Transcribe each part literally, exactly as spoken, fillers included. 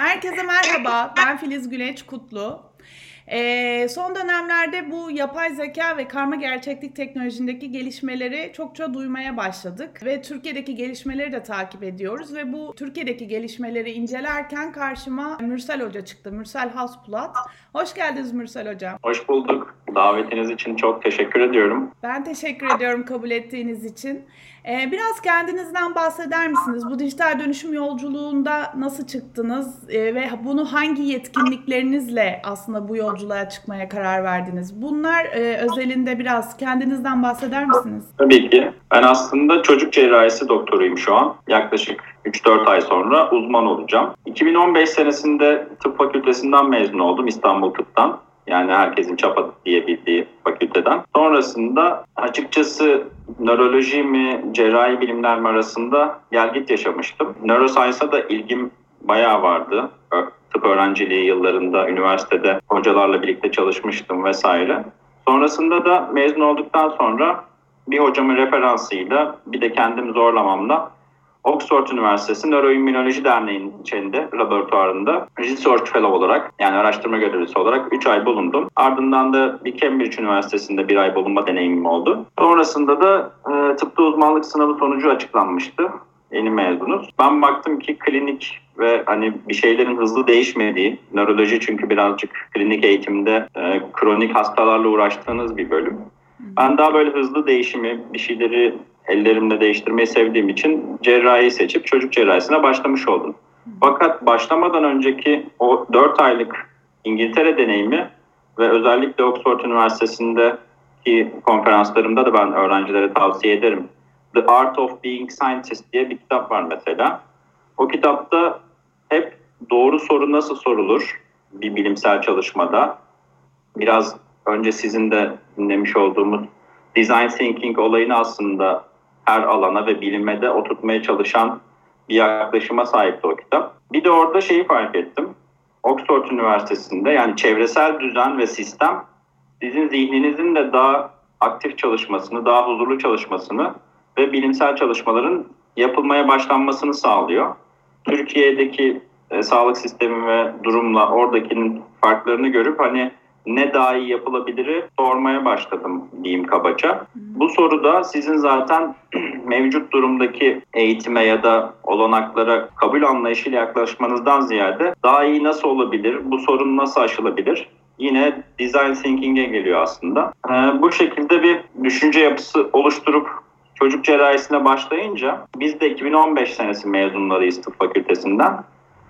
Herkese merhaba, ben Filiz Güneş Kutlu. Ee, son dönemlerde bu yapay zeka ve karma gerçeklik teknolojisindeki gelişmeleri çokça duymaya başladık ve Türkiye'deki gelişmeleri de takip ediyoruz ve bu Türkiye'deki gelişmeleri incelerken karşıma Mürsel Hoca çıktı, Mürsel Hasbulat. Hoş geldiniz Mürsel Hocam. Hoş bulduk. Davetiniz için çok teşekkür ediyorum. Ben teşekkür ediyorum kabul ettiğiniz için. Ee, biraz kendinizden bahseder misiniz? Bu dijital dönüşüm yolculuğunda nasıl çıktınız Ee, ve bunu hangi yetkinliklerinizle aslında bu yolculuğa çıkmaya karar verdiniz? Bunlar e, özelinde biraz kendinizden bahseder misiniz? Tabii ki. Ben aslında çocuk cerrahisi doktoruyum şu an. Yaklaşık üç dört ay sonra uzman olacağım. iki bin on beş senesinde tıp fakültesinden mezun oldum, İstanbul Tıp'tan. Yani herkesin çapa diye bildiği fakülteden. Sonrasında açıkçası nöroloji mi, cerrahi bilimler mi arasında gelgit yaşamıştım. Neuroscience'a da ilgim bayağı vardı. Tıp öğrenciliği yıllarında üniversitede hocalarla birlikte çalışmıştım vesaire. Sonrasında da mezun olduktan sonra bir hocamın referansıyla bir de kendim zorlamamla Oxford Üniversitesi Nöroimmünoloji Derneği'nin içinde laboratuvarında Research Fellow olarak, yani araştırma görevlisi olarak üç ay bulundum. Ardından da bir Cambridge Üniversitesi'nde bir ay bulunma deneyimim oldu. Sonrasında da e, tıpta uzmanlık sınavı sonucu açıklanmıştı. Yeni mezunuz. Ben baktım ki klinik ve hani bir şeylerin hızlı değişmediği, nöroloji çünkü birazcık klinik eğitimde e, kronik hastalarla uğraştığınız bir bölüm. Ben daha böyle hızlı değişimi, bir şeyleri ellerimle değiştirmeyi sevdiğim için cerrahiyi seçip çocuk cerrahisine başlamış oldum. Fakat başlamadan önceki o dört aylık İngiltere deneyimi ve özellikle Oxford Üniversitesi'ndeki konferanslarımda da ben öğrencilere tavsiye ederim. The Art of Being Scientist diye bir kitap var mesela. O kitapta hep doğru soru nasıl sorulur bir bilimsel çalışmada, biraz önce sizin de dinlemiş olduğumuz design thinking olayını aslında her alana ve bilime de oturtmaya çalışan bir yaklaşıma sahipti o kitap. Bir de orada şeyi fark ettim. Oxford Üniversitesi'nde, yani çevresel düzen ve sistem sizin zihninizin de daha aktif çalışmasını, daha huzurlu çalışmasını ve bilimsel çalışmaların yapılmaya başlanmasını sağlıyor. Türkiye'deki e, sağlık sistemi ve durumla oradakinin farklarını görüp hani ne daha iyi yapılabiliri sormaya başladım diyeyim kabaca. Bu soruda sizin zaten mevcut durumdaki eğitime ya da olanaklara kabul anlayışıyla yaklaşmanızdan ziyade daha iyi nasıl olabilir, bu sorun nasıl aşılabilir? Yine design thinking'e geliyor aslında. Ee, bu şekilde bir düşünce yapısı oluşturup çocuk cerrahisine başlayınca biz de iki bin on beş senesi mezunlarıyız tıp fakültesinden.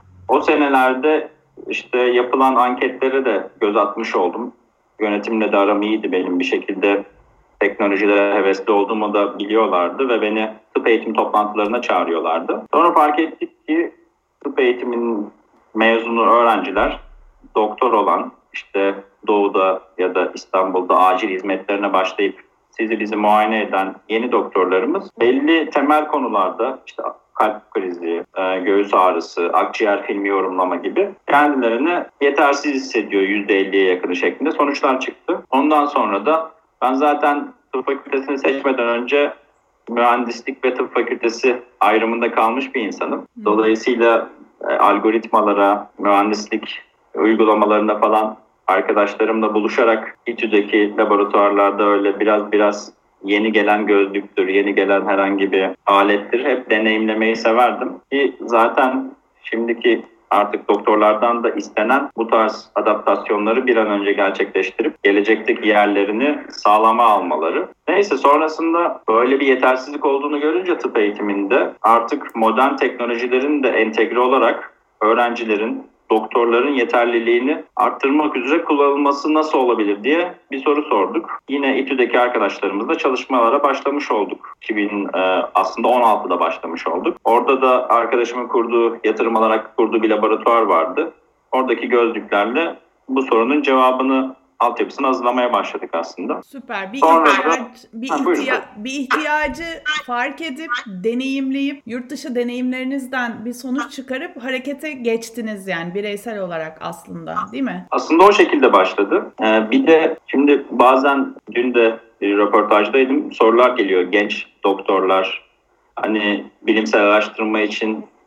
O senelerde işte yapılan anketlere de göz atmış oldum. Yönetimle de aram iyiydi benim, bir şekilde teknolojilere hevesli olduğumu da biliyorlardı ve beni tıp eğitim toplantılarına çağırıyorlardı. Sonra fark ettik ki tıp eğitimin mezunu öğrenciler, doktor olan, işte Doğu'da ya da İstanbul'da acil hizmetlerine başlayıp sizi bizi muayene eden yeni doktorlarımız belli temel konularda, işte kalp krizi, göğüs ağrısı, akciğer filmi yorumlama gibi kendilerini yetersiz hissediyor yüzde elliye yakını şeklinde sonuçlar çıktı. Ondan sonra da ben zaten tıp fakültesini seçmeden önce mühendislik ve tıp fakültesi ayrımında kalmış bir insanım. Dolayısıyla algoritmalara, mühendislik uygulamalarında falan arkadaşlarımla buluşarak İTÜ'deki laboratuvarlarda öyle biraz biraz yeni gelen gözlüktür, yeni gelen herhangi bir alettir, hep deneyimlemeyi severdim. Ki zaten şimdiki artık doktorlardan da istenen bu tarz adaptasyonları bir an önce gerçekleştirip gelecekteki yerlerini sağlama almaları. Neyse, sonrasında böyle bir yetersizlik olduğunu görünce tıp eğitiminde artık modern teknolojilerin de entegre olarak öğrencilerin, doktorların yeterliliğini arttırmak üzere kullanılması nasıl olabilir diye bir soru sorduk. Yine İTÜ'deki arkadaşlarımızla çalışmalara başlamış olduk. iki bin aslında on altıda başlamış olduk. Orada da arkadaşımın kurduğu, yatırım alarak kurduğu bir laboratuvar vardı. Oradaki gözlüklerle bu sorunun cevabını, altyapısını hazırlamaya başladık aslında. Süper. Bir Sonra ihtiyaç, da, bir, ha, buyurun. ihtiya, bir ihtiyacı fark edip, deneyimleyip, yurt dışı deneyimlerinizden bir sonuç çıkarıp harekete geçtiniz yani bireysel olarak aslında, değil mi? Aslında o şekilde başladı. Ee, bir de şimdi bazen, dün de bir röportajdaydım, sorular geliyor genç doktorlar. Hani bilimsel araştırma için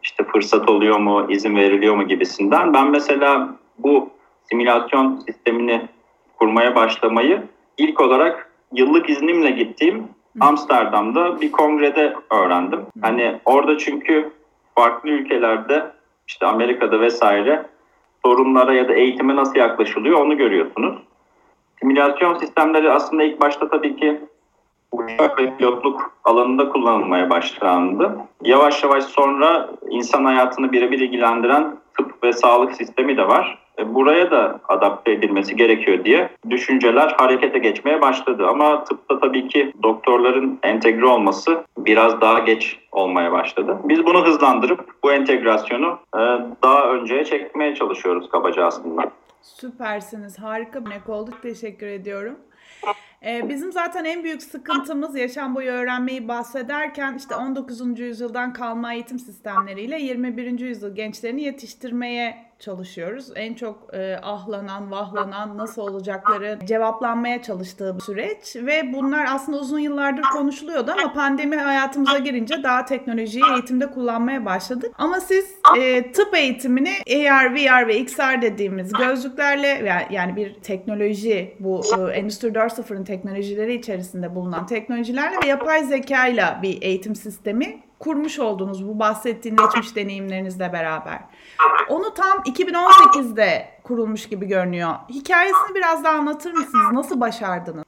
işte fırsat oluyor mu, izin veriliyor mu gibisinden. Ben mesela bu simülasyon sistemini kurmaya başlamayı ilk olarak yıllık iznimle gittiğim Amsterdam'da bir kongrede öğrendim. Hani orada çünkü farklı ülkelerde, işte Amerika'da vesaire sorunlara ya da eğitime nasıl yaklaşılıyor onu görüyorsunuz. Simülasyon sistemleri aslında ilk başta tabii ki uçak ve pilotluk alanında kullanılmaya başlandı. Yavaş yavaş sonra insan hayatını birebir ilgilendiren tıp ve sağlık sistemi de var. Buraya da adapte edilmesi gerekiyor diye düşünceler harekete geçmeye başladı. Ama tıpta tabii ki doktorların entegre olması biraz daha geç olmaya başladı. Biz bunu hızlandırıp bu entegrasyonu daha önceye çekmeye çalışıyoruz kabaca aslında. Süpersiniz. Harika bir örnek oldu. Teşekkür ediyorum. Ee, bizim zaten en büyük sıkıntımız yaşam boyu öğrenmeyi bahsederken işte on dokuzuncu yüzyıldan kalma eğitim sistemleriyle yirmi birinci yüzyıl gençlerini yetiştirmeye çalışıyoruz. En çok e, ahlanan, vahlanan, nasıl olacakları cevaplanmaya çalıştığı bir süreç ve bunlar aslında uzun yıllardır konuşuluyordu ama pandemi hayatımıza girince daha teknolojiyi eğitimde kullanmaya başladık. Ama siz e, tıp eğitimini A R, V R ve X R dediğimiz gözlüklerle, yani bir teknoloji, bu e, Endüstri dört nokta sıfırın teknolojileri içerisinde bulunan teknolojilerle ve yapay zekayla bir eğitim sistemi kurmuş oldunuz bu bahsettiğiniz geçmiş deneyimlerinizle beraber. Onu tam iki bin on sekizde kurulmuş gibi görünüyor. Hikayesini biraz daha anlatır mısınız? Nasıl başardınız?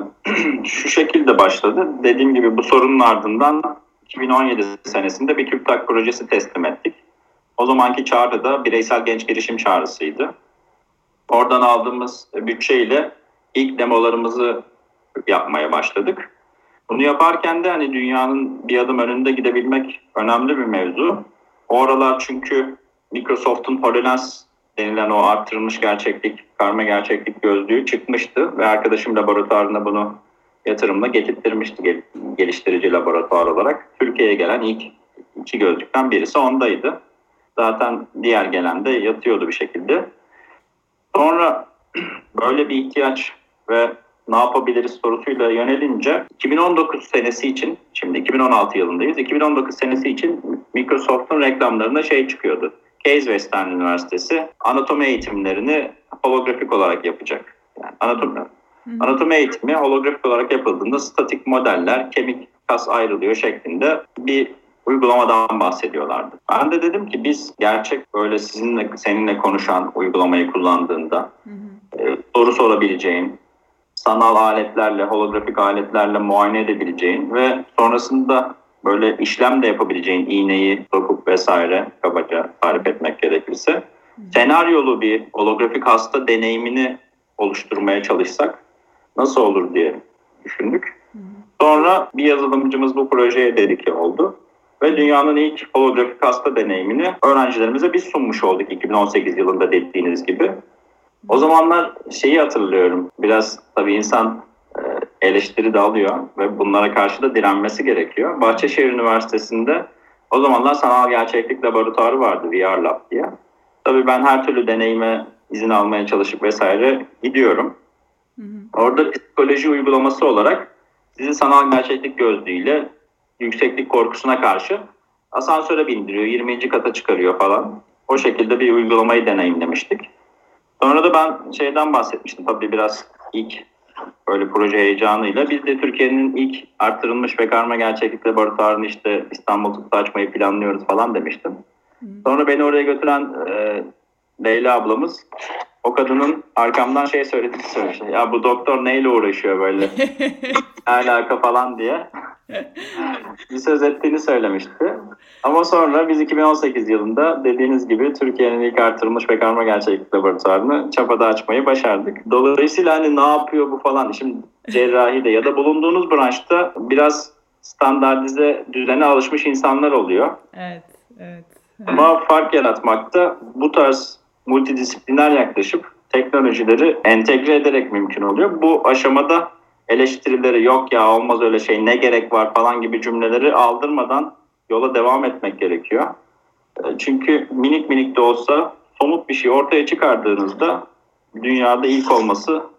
Şu şekilde başladı. Dediğim gibi bu sorunun ardından iki bin on yedi senesinde bir TÜBİTAK projesi teslim ettik. O zamanki çağrı da bireysel genç girişim çağrısıydı. Oradan aldığımız bütçeyle ilk demolarımızı yapmaya başladık. Bunu yaparken de hani dünyanın bir adım önünde gidebilmek önemli bir mevzu. O aralar çünkü Microsoft'un HoloLens denilen o arttırılmış gerçeklik, karma gerçeklik gözlüğü çıkmıştı ve arkadaşım laboratuvarına bunu yatırımla getirttirmişti geliştirici laboratuvar olarak. Türkiye'ye gelen ilk iki gözlükten birisi ondaydı. Zaten diğer gelen de yatıyordu bir şekilde. Sonra böyle bir ihtiyaç ve ne yapabiliriz sorusuyla yönelince iki bin on dokuz senesi için, şimdi iki bin on altı yılındayız, iki bin on dokuz senesi için Microsoft'un reklamlarında şey çıkıyordu. Case Western Üniversitesi anatomi eğitimlerini holografik olarak yapacak. Yani anatomi, anatomi eğitimi holografik olarak yapıldığında statik modeller, kemik, kas ayrılıyor şeklinde bir uygulamadan bahsediyorlardı. Ben de dedim ki biz gerçek böyle sizinle seninle konuşan uygulamayı kullandığında hı hı. E, soru sorabileceğin, sanal aletlerle, holografik aletlerle muayene edebileceğin ve sonrasında böyle işlem de yapabileceğin, iğneyi sokup vesaire kabaca tarif etmek gerekirse hı hı. senaryolu bir holografik hasta deneyimini oluşturmaya çalışsak nasıl olur diye düşündük. Hı hı. Sonra bir yazılımcımız bu projeye dedike oldu. Ve dünyanın ilk holografik hasta deneyimini öğrencilerimize biz sunmuş olduk iki bin on sekiz yılında dediğiniz gibi. O zamanlar şeyi hatırlıyorum, biraz tabii insan eleştiri de alıyor ve bunlara karşı da direnmesi gerekiyor. Bahçeşehir Üniversitesi'nde o zamanlar sanal gerçeklik laboratuvarı vardı, V R Lab diye. Tabii ben her türlü deneyime izin almaya çalışıp vesaire gidiyorum. Hı hı. Orada psikoloji uygulaması olarak sizi sanal gerçeklik gözlüğüyle yükseklik korkusuna karşı asansöre bindiriyor, yirminci kata çıkarıyor falan. O şekilde bir uygulamayı deneyimlemiştik. Sonra da ben şeyden bahsetmiştim tabii biraz ilk böyle proje heyecanıyla. Biz de Türkiye'nin ilk arttırılmış ve karma gerçeklik laboratuvarını işte İstanbul Tıp'ta açmayı planlıyoruz falan demiştim. Sonra beni oraya götüren e, Leyla ablamız o kadının arkamdan şey söylediğini söylemişti. Ya bu doktor neyle uğraşıyor böyle? Ne alaka falan diye. Bir söz ettiğini söylemişti. Ama sonra biz iki bin on sekiz yılında dediğiniz gibi Türkiye'nin ilk artırılmış ve karma gerçeklik laboratuvarını Çapa'da açmayı başardık. Dolayısıyla hani ne yapıyor bu falan, şimdi cerrahide ya da bulunduğunuz branşta biraz standartize düzene alışmış insanlar oluyor. Evet, evet. Ama fark yaratmakta bu tarz multidisipliner yaklaşıp teknolojileri entegre ederek mümkün oluyor. Bu aşamada eleştirileri yok ya olmaz öyle şey ne gerek var falan gibi cümleleri aldırmadan yola devam etmek gerekiyor. Çünkü minik minik de olsa somut bir şey ortaya çıkardığınızda dünyada ilk olması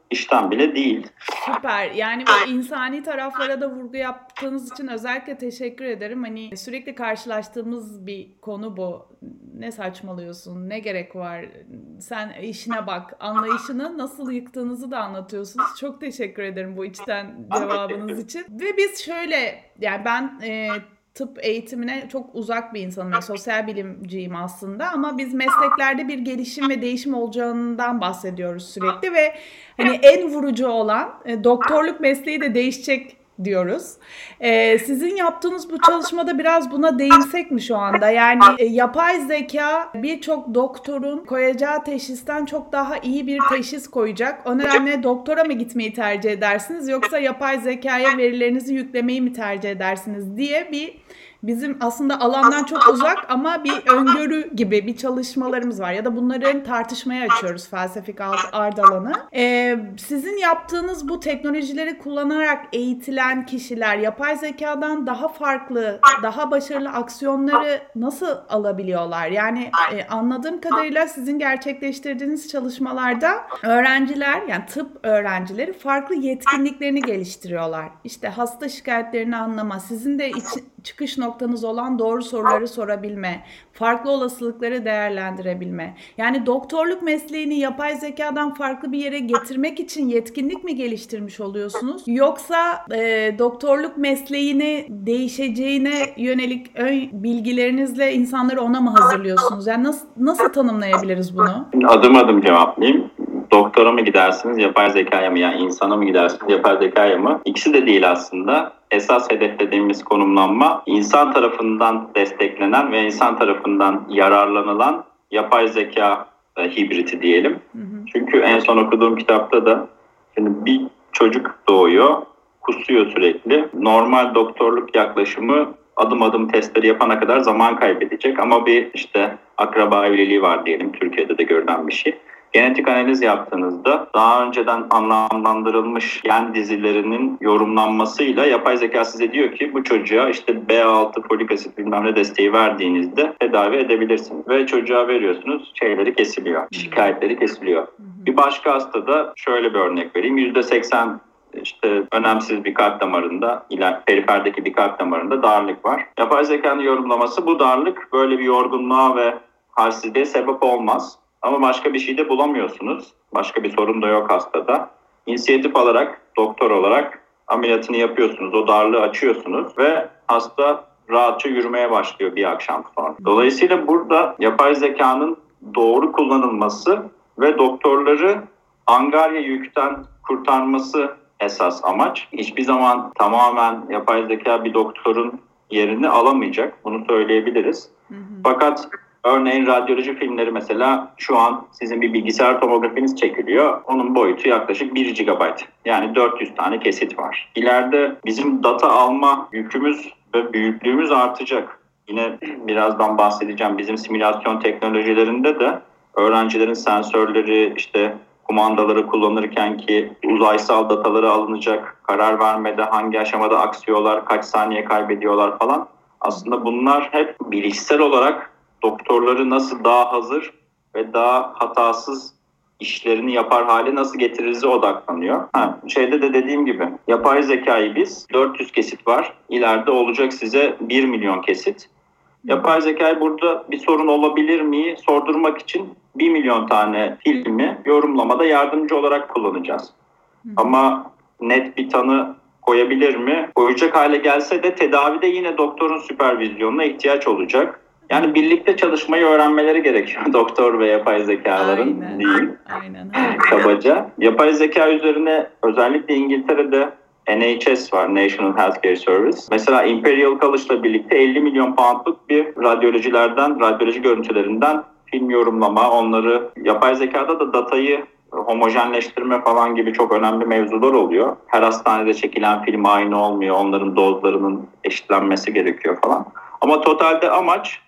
işten bile değil. Süper. Yani bu insani taraflara da vurgu yaptığınız için özellikle teşekkür ederim. Hani sürekli karşılaştığımız bir konu bu. Ne saçmalıyorsun? Ne gerek var? Sen işine bak. Anlayışını nasıl yıktığınızı da anlatıyorsunuz. Çok teşekkür ederim bu içten cevabınız için. Ve biz şöyle, yani ben e, tıp eğitimine çok uzak bir insanım. Yani sosyal bilimciyim aslında ama biz mesleklerde bir gelişim ve değişim olacağından bahsediyoruz sürekli ve hani en vurucu olan e, doktorluk mesleği de değişecek diyoruz. E, sizin yaptığınız bu çalışmada biraz buna değinsek mi şu anda? Yani e, yapay zeka birçok doktorun koyacağı teşhisten çok daha iyi bir teşhis koyacak. O nedenle doktora mı gitmeyi tercih edersiniz yoksa yapay zekaya verilerinizi yüklemeyi mi tercih edersiniz diye bir bizim aslında alandan çok uzak ama bir öngörü gibi bir çalışmalarımız var ya da bunların tartışmaya açıyoruz felsefik ard alanı. Ee, sizin yaptığınız bu teknolojileri kullanarak eğitilen kişiler yapay zekadan daha farklı, daha başarılı aksiyonları nasıl alabiliyorlar? Yani e, anladığım kadarıyla sizin gerçekleştirdiğiniz çalışmalarda öğrenciler, yani tıp öğrencileri farklı yetkinliklerini geliştiriyorlar. İşte hasta şikayetlerini anlama, sizin de iç, çıkış noktanız olan doğru soruları sorabilme, farklı olasılıkları değerlendirebilme. Yani doktorluk mesleğini yapay zekadan farklı bir yere getirmek için yetkinlik mi geliştirmiş oluyorsunuz? Yoksa e, doktorluk mesleğini değişeceğine yönelik ön bilgilerinizle insanları ona mı hazırlıyorsunuz? Yani nasıl, nasıl tanımlayabiliriz bunu? Adım adım cevaplayayım. Doktora mı gidersiniz, yapay zekaya mı? Yani insana mı gidersiniz, yapay zekaya mı? İkisi de değil aslında. Esas hedeflediğimiz konumlanma insan tarafından desteklenen ve insan tarafından yararlanılan yapay zeka e, hibriti diyelim. Hı hı. Çünkü en son okuduğum kitapta da şimdi bir çocuk doğuyor, kusuyor sürekli. Normal doktorluk yaklaşımı adım adım testleri yapana kadar zaman kaybedecek ama bir işte akraba evliliği var diyelim, Türkiye'de de görülen bir şey. Genetik analiz yaptığınızda daha önceden anlamlandırılmış gen dizilerinin yorumlanmasıyla yapay zeka size diyor ki bu çocuğa işte B altı, folik asit bilmem ne desteği verdiğinizde tedavi edebilirsiniz. Ve çocuğa veriyorsunuz, şeyleri kesiliyor, şikayetleri kesiliyor. Bir başka hastada şöyle bir örnek vereyim. yüzde seksen işte önemsiz bir kalp damarında, periferdeki bir kalp damarında darlık var. Yapay zekanın yorumlaması bu darlık böyle bir yorgunluğa ve halsizliğe sebep olmaz. Ama başka bir şey de bulamıyorsunuz. Başka bir sorun da yok hastada. İnisiyatif alarak, doktor olarak ameliyatını yapıyorsunuz. O darlığı açıyorsunuz ve hasta rahatça yürümeye başlıyor bir akşam sonra. Dolayısıyla burada yapay zekanın doğru kullanılması ve doktorları angarya yükten kurtarması esas amaç. Hiçbir zaman tamamen yapay zeka bir doktorun yerini alamayacak. Bunu söyleyebiliriz. Hı hı. Fakat örneğin radyoloji filmleri mesela şu an sizin bir bilgisayar tomografiniz çekiliyor. Onun boyutu yaklaşık bir gigabayt. Yani dört yüz tane kesit var. İleride bizim data alma yükümüz ve büyüklüğümüz artacak. Yine birazdan bahsedeceğim. Bizim simülasyon teknolojilerinde de öğrencilerin sensörleri, işte kumandaları kullanırken ki uzaysal dataları alınacak, karar vermede hangi aşamada aksıyorlar, kaç saniye kaybediyorlar falan. Aslında bunlar hep bilişsel olarak doktorları nasıl daha hazır ve daha hatasız işlerini yapar hale nasıl getiririze odaklanıyor. Ha, şeyde de dediğim gibi yapay zekayı biz dört yüz kesit var. İleride olacak size bir milyon kesit. Yapay zekayı burada bir sorun olabilir mi sordurmak için bir milyon tane filmi yorumlamada yardımcı olarak kullanacağız. Hı. Ama net bir tanı koyabilir mi? Koyacak hale gelse de tedavide yine doktorun süpervizyonuna ihtiyaç olacak. Yani birlikte çalışmayı öğrenmeleri gerekiyor doktor ve yapay zekaların. Aynen. Değil. Aynen. Kabaca. Yapay zeka üzerine özellikle İngiltere'de N H S var, National Healthcare Service. Mesela Imperial College'la birlikte elli milyon poundluk bir radyolojilerden, radyoloji görüntülerinden film yorumlama, onları yapay zekada da datayı homojenleştirme falan gibi çok önemli mevzular oluyor. Her hastanede çekilen film aynı olmuyor. Onların dozlarının eşitlenmesi gerekiyor falan. Ama totalde amaç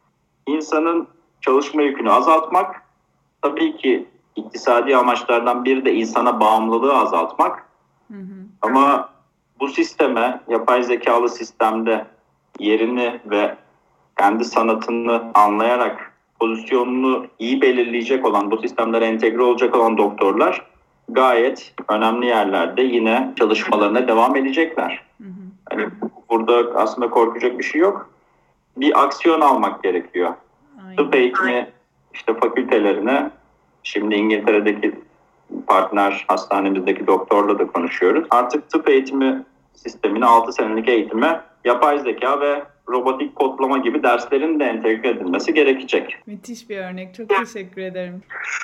insanın çalışma yükünü azaltmak. Tabii ki iktisadi amaçlardan biri de insana bağımlılığı azaltmak. Hı hı. Ama bu sisteme, yapay zekalı sistemde yerini ve kendi sanatını anlayarak pozisyonunu iyi belirleyecek olan, bu sistemlere entegre olacak olan doktorlar gayet önemli yerlerde yine çalışmalarına devam edecekler. Hı hı. Yani burada aslında korkacak bir şey yok. Bir aksiyon almak gerekiyor. Aynen. Tıp eğitimi işte fakültelerine, şimdi İngiltere'deki partner hastanemizdeki doktorla da konuşuyoruz. Artık tıp eğitimi sistemine, altı senelik eğitime yapay zeka ve robotik kodlama gibi derslerin de entegre edilmesi gerekecek. Müthiş bir örnek. Çok teşekkür ederim.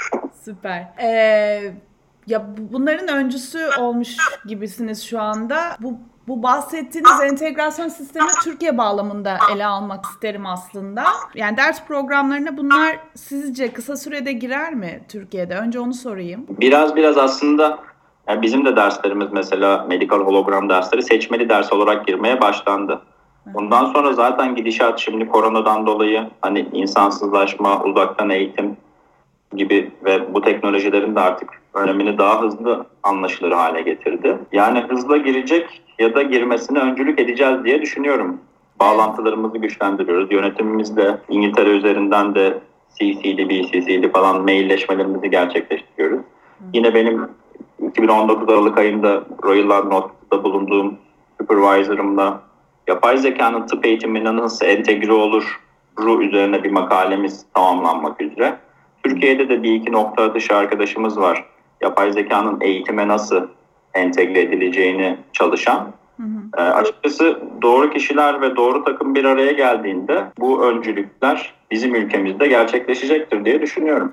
Süper. Ee, ya bunların öncüsü olmuş gibisiniz şu anda. Bu Bu bahsettiğiniz entegrasyon sistemi Türkiye bağlamında ele almak isterim aslında. Yani ders programlarına bunlar sizce kısa sürede girer mi Türkiye'de? Önce onu sorayım. Biraz biraz aslında yani bizim de derslerimiz mesela medikal hologram dersleri seçmeli ders olarak girmeye başlandı. Bundan sonra zaten gidişat şimdi koronadan dolayı hani insansızlaşma, uzaktan eğitim gibi ve bu teknolojilerin de artık önemini daha hızlı anlaşılır hale getirdi. Yani hızla girecek ya da girmesine öncülük edeceğiz diye düşünüyorum. Bağlantılarımızı güçlendiriyoruz. Yönetimimizle İngiltere üzerinden de C C'li, B C C'li falan mailleşmelerimizi gerçekleştiriyoruz. Hı. Yine benim iki bin on dokuz Aralık ayında Royal London Hospital'da bulunduğum supervisor'ımla yapay zekanın tıp eğitimine nasıl entegre olur ru üzerine bir makalemiz tamamlanmak üzere. Türkiye'de de bir iki nokta atışı arkadaşımız var. Yapay zekanın eğitime nasıl entegre edileceğini çalışan. Hı hı. E, açıkçası doğru kişiler ve doğru takım bir araya geldiğinde bu öncülükler bizim ülkemizde gerçekleşecektir diye düşünüyorum.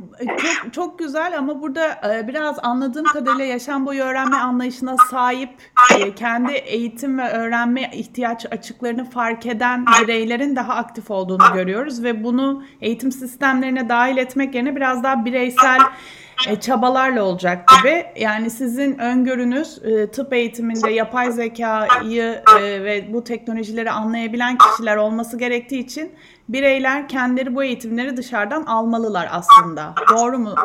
Çok çok güzel ama burada biraz anladığım kadarıyla yaşam boyu öğrenme anlayışına sahip, kendi eğitim ve öğrenme ihtiyaç açıklarını fark eden bireylerin daha aktif olduğunu görüyoruz ve bunu eğitim sistemlerine dahil etmek yerine biraz daha bireysel çabalarla olacak gibi. Yani sizin öngörünüz tıp eğitiminde yapay zekayı ve bu teknolojileri anlayabilen kişiler olması gerektiği için bireyler kendileri bu eğitimleri dışarıdan almalılar aslında. Doğru mu?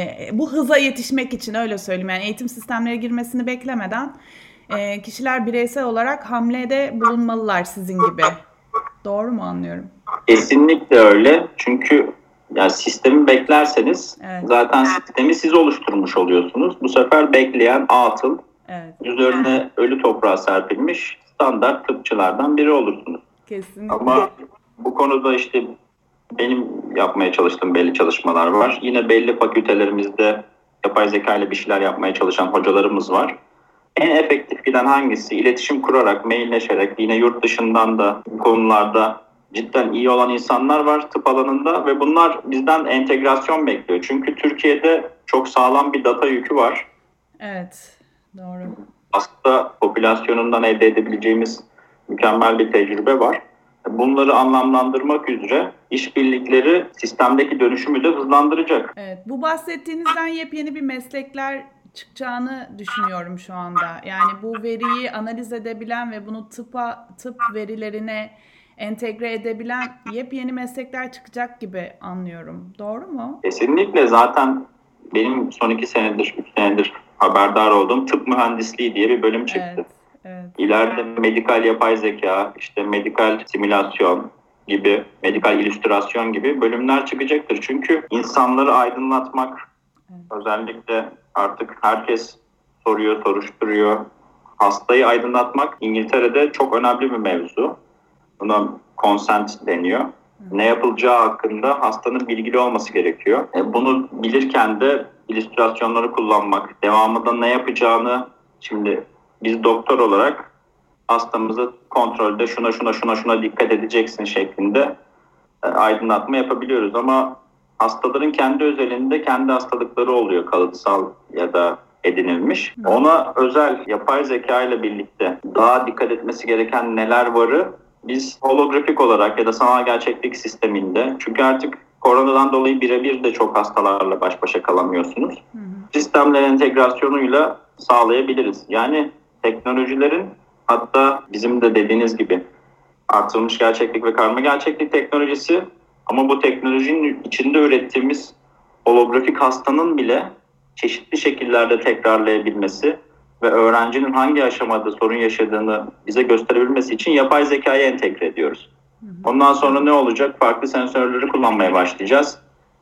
Bu hıza yetişmek için öyle söyleyeyim. Yani eğitim sistemlere girmesini beklemeden kişiler bireysel olarak hamlede bulunmalılar sizin gibi. Doğru mu anlıyorum? Kesinlikle öyle. Çünkü yani sistemi beklerseniz evet. zaten sistemi siz oluşturmuş oluyorsunuz. Bu sefer bekleyen atıl, evet. üzerine ölü toprağa serpilmiş standart tıpçılardan biri olursunuz. Kesinlikle. Ama bu konuda işte benim yapmaya çalıştığım belli çalışmalar var. Yine belli fakültelerimizde yapay zeka ile bir şeyler yapmaya çalışan hocalarımız var. En efektif giden hangisi? İletişim kurarak, mailleşerek, yine yurt dışından da bu konularda cidden iyi olan insanlar var tıp alanında ve bunlar bizden entegrasyon bekliyor. Çünkü Türkiye'de çok sağlam bir data yükü var. Evet, doğru. Hasta popülasyonundan elde edebileceğimiz mükemmel bir tecrübe var. Bunları anlamlandırmak üzere işbirlikleri sistemdeki dönüşümü de hızlandıracak. Evet, bu bahsettiğinizden yepyeni bir meslekler çıkacağını düşünüyorum şu anda. Yani bu veriyi analiz edebilen ve bunu tıpa, tıp verilerine entegre edebilen yepyeni meslekler çıkacak gibi anlıyorum. Doğru mu? Kesinlikle. Zaten benim son iki senedir, üç senedir haberdar olduğum tıp mühendisliği diye bir bölüm çıktı. Evet, evet. İleride medikal yapay zeka, işte medikal simülasyon gibi, medikal illüstrasyon gibi bölümler çıkacaktır. Çünkü insanları aydınlatmak, evet. özellikle artık herkes soruyor, soruşturuyor. Hastayı aydınlatmak İngiltere'de çok önemli bir mevzu. Buna consent deniyor. Ne yapılacağı hakkında hastanın bilgili olması gerekiyor. E bunu bilirken de illüstrasyonları kullanmak, devamında ne yapacağını, şimdi biz doktor olarak hastamızı kontrolde şuna şuna şuna şuna dikkat edeceksin şeklinde e, aydınlatma yapabiliyoruz. Ama hastaların kendi özelinde kendi hastalıkları oluyor, kalıtsal ya da edinilmiş. Ona özel yapay zeka ile birlikte daha dikkat etmesi gereken neler varı biz holografik olarak ya da sanal gerçeklik sisteminde, çünkü artık koronadan dolayı birebir de çok hastalarla baş başa kalamıyorsunuz. Hı hı. Sistemler entegrasyonuyla sağlayabiliriz. Yani teknolojilerin, hatta bizim de dediğiniz gibi artırılmış gerçeklik ve karma gerçeklik teknolojisi, ama bu teknolojinin içinde ürettiğimiz holografik hastanın bile çeşitli şekillerde tekrarlayabilmesi ve öğrencinin hangi aşamada sorun yaşadığını bize gösterebilmesi için yapay zekayı entegre ediyoruz. Ondan sonra ne olacak? Farklı sensörleri kullanmaya başlayacağız.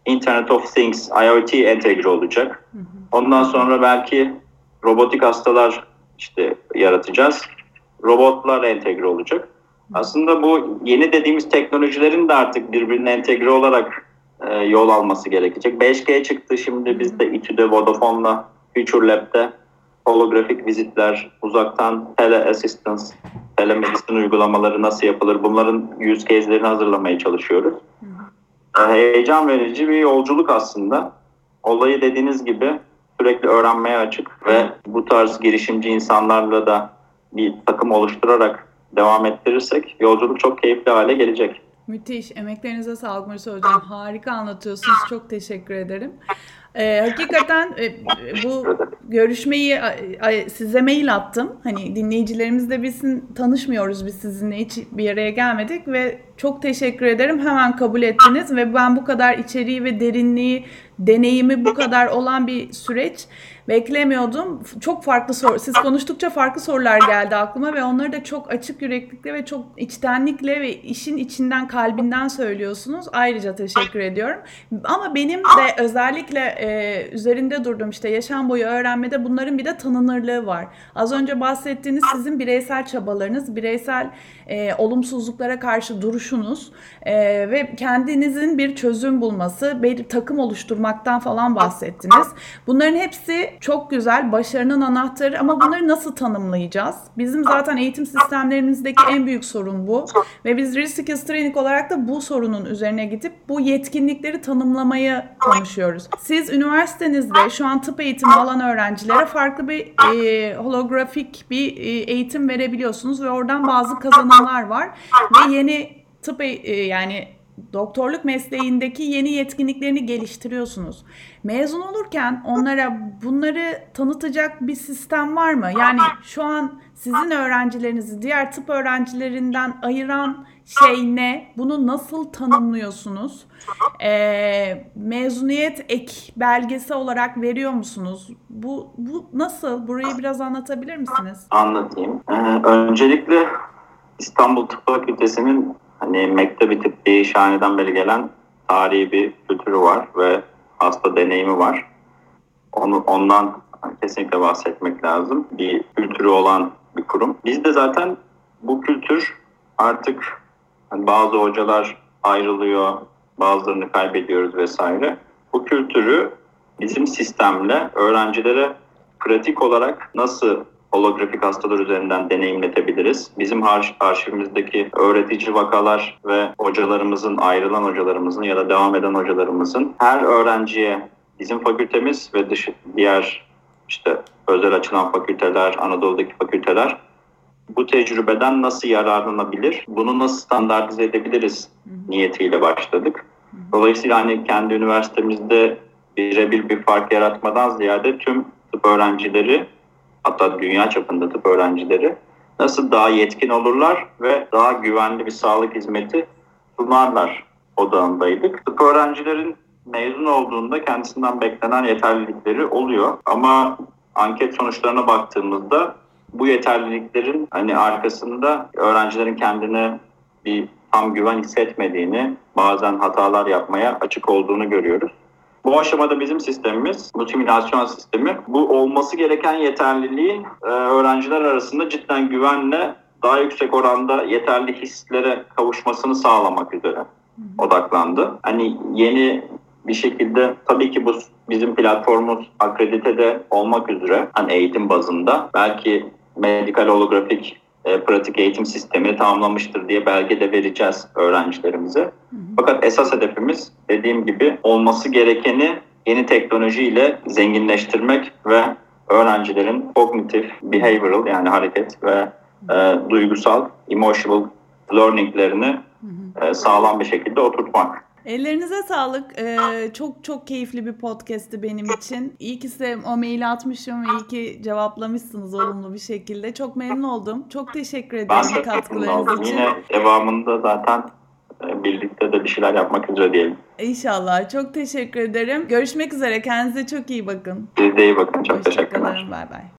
Internet of Things, IoT entegre olacak. Ondan sonra belki robotik hastalar işte yaratacağız. Robotlar entegre olacak. Aslında bu yeni dediğimiz teknolojilerin de artık birbirine entegre olarak e, yol alması gerekecek. beş G çıktı şimdi biz de İTÜ'de, Vodafone'la, Future Lab'de holografik vizitler, uzaktan tele assistance, telemedicine uygulamaları nasıl yapılır? Bunların use case'lerini hazırlamaya çalışıyoruz. E, heyecan verici bir yolculuk aslında. Olayı dediğiniz gibi sürekli öğrenmeye açık ve bu tarz girişimci insanlarla da bir takım oluşturarak devam ettirirsek yolculuk çok keyifli hale gelecek. Müthiş. Emeklerinize sağlık Murat Hocam. Harika anlatıyorsunuz. Çok teşekkür ederim. Ee, hakikaten e, bu görüşmeyi a, size mail attım. Hani dinleyicilerimiz de bilsin, tanışmıyoruz biz sizinle, hiç bir araya gelmedik ve çok teşekkür ederim. Hemen kabul ettiniz ve ben bu kadar içeriği ve derinliği, deneyimi bu kadar olan bir süreç beklemiyordum. Çok farklı soru, siz konuştukça farklı sorular geldi aklıma ve onları da çok açık yüreklikle ve çok içtenlikle ve işin içinden, kalbinden söylüyorsunuz. Ayrıca teşekkür ediyorum. Ama benim de özellikle e, üzerinde durduğum işte yaşam boyu öğrenmede bunların bir de tanınırlığı var. Az önce bahsettiğiniz sizin bireysel çabalarınız, bireysel e, olumsuzluklara karşı duruşunuz e, ve kendinizin bir çözüm bulması, bir takım oluşturmaktan falan bahsettiniz. Bunların hepsi çok güzel, başarının anahtarı ama bunları nasıl tanımlayacağız? Bizim zaten eğitim sistemlerimizdeki en büyük sorun bu ve biz Risk Training olarak da bu sorunun üzerine gidip bu yetkinlikleri tanımlamayı konuşuyoruz. Siz üniversitenizde şu an tıp eğitimi alan öğrencilere farklı bir e, holografik bir e, eğitim verebiliyorsunuz ve oradan bazı kazanımlar var ve yeni tıp e, yani doktorluk mesleğindeki yeni yetkinliklerini geliştiriyorsunuz. Mezun olurken onlara bunları tanıtacak bir sistem var mı? Yani şu an sizin öğrencilerinizi diğer tıp öğrencilerinden ayıran şey ne? Bunu nasıl tanımlıyorsunuz? Ee, mezuniyet ek belgesi olarak veriyor musunuz? Bu, bu nasıl? Burayı biraz anlatabilir misiniz? Anlatayım. Ee, öncelikle İstanbul Tıp Fakültesi'nin hani mektebi tıp diye şahaneden beri gelen tarihi bir kültürü var ve hasta deneyimi var. Onu, ondan kesinlikle bahsetmek lazım. Bir kültürü olan bir kurum. Biz de zaten bu kültür artık hani bazı hocalar ayrılıyor, bazılarını kaybediyoruz vesaire. Bu kültürü bizim sistemle öğrencilere pratik olarak nasıl holografik hastalar üzerinden deneyimletebiliriz? Bizim arşivimizdeki öğretici vakalar ve hocalarımızın, ayrılan hocalarımızın ya da devam eden hocalarımızın her öğrenciye bizim fakültemiz ve dışı, diğer işte özel açılan fakülteler, Anadolu'daki fakülteler bu tecrübeden nasıl yararlanabilir? Bunu nasıl standartize edebiliriz niyetiyle başladık. Dolayısıyla hani kendi üniversitemizde birebir bir fark yaratmadan ziyade tüm tıp öğrencileri, hatta dünya çapında tıp öğrencileri nasıl daha yetkin olurlar ve daha güvenli bir sağlık hizmeti sunarlar odağındaydık. Tıp öğrencilerin mezun olduğunda kendisinden beklenen yeterlilikleri oluyor. Ama anket sonuçlarına baktığımızda bu yeterliliklerin hani arkasında öğrencilerin kendine bir tam güven hissetmediğini, bazen hatalar yapmaya açık olduğunu görüyoruz. Bu aşamada bizim sistemimiz, bu simülasyon sistemi, bu olması gereken yeterliliği e, öğrenciler arasında cidden güvenle daha yüksek oranda yeterli hislere kavuşmasını sağlamak üzere odaklandı. Hani yeni bir şekilde tabii ki bu bizim platformumuz akreditede olmak üzere hani eğitim bazında belki medikal holografik e, pratik eğitim sistemini tamamlamıştır diye belge de vereceğiz öğrencilerimize. Hı hı. Fakat esas hedefimiz dediğim gibi olması gerekeni yeni teknolojiyle zenginleştirmek ve öğrencilerin kognitif, behavioral yani hareket ve e, duygusal, emotional learninglerini e, sağlam bir şekilde oturtmak. Ellerinize sağlık. Ee, çok çok keyifli bir podcast'ti benim için. İyi ki size o maili atmışım ve iyi ki cevaplamışsınız olumlu bir şekilde. Çok memnun oldum. Çok teşekkür ederim katkılarınız için. Yine devamında zaten birlikte de bir şeyler yapmak üzere diyelim. İnşallah. Çok teşekkür ederim. Görüşmek üzere. Kendinize çok iyi bakın. Siz de iyi bakın. Çok teşekkürler. Bay bay.